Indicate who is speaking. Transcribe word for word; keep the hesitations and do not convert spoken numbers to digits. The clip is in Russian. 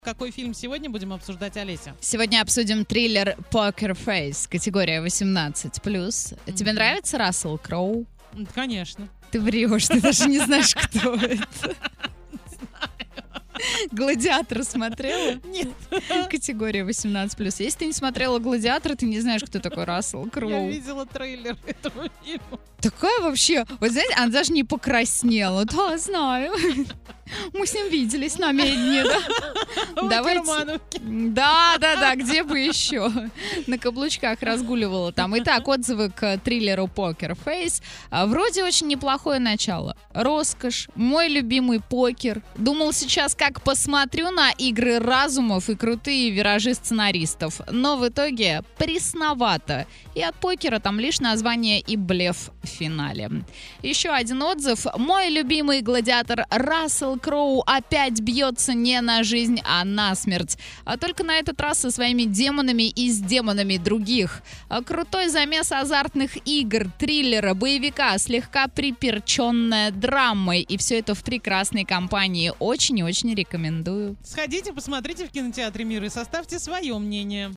Speaker 1: Какой фильм сегодня будем обсуждать, Олеся?
Speaker 2: Сегодня обсудим триллер «Poker Face», категория восемнадцать плюс. Mm-hmm. Тебе нравится Рассел Кроу?
Speaker 1: Конечно.
Speaker 2: Ты врешь, ты даже не знаешь, кто это. «Гладиатор» смотрела?
Speaker 1: Нет.
Speaker 2: Категория восемнадцать плюс. Если ты не смотрела «Гладиатор», ты не знаешь, кто такой Рассел Кроу.
Speaker 1: Я видела трейлер этого фильма.
Speaker 2: Такая вообще... Вот знаете, она даже не покраснела. Да, знаю. Мы с ним виделись на медне, да?
Speaker 1: Давайте.
Speaker 2: Да, да, да, где бы еще? На каблучках разгуливала там. Итак, отзывы к триллеру «Poker Face». Вроде очень неплохое начало. Роскошь, мой любимый покер. Думал сейчас, как посмотрю на игры разумов и крутые виражи сценаристов. Но в итоге пресновато. И от покера там лишь название и блеф в финале. Еще один отзыв. Мой любимый гладиатор Рассел Кроу опять бьется не на жизнь, а на смерть. А только на этот раз со своими демонами и с демонами других. Крутой замес азартных игр, триллера, боевика, слегка приперченная драмой. И все это в прекрасной компании. Очень и очень рекомендую.
Speaker 1: Сходите, посмотрите в кинотеатре «Мир» и составьте свое мнение.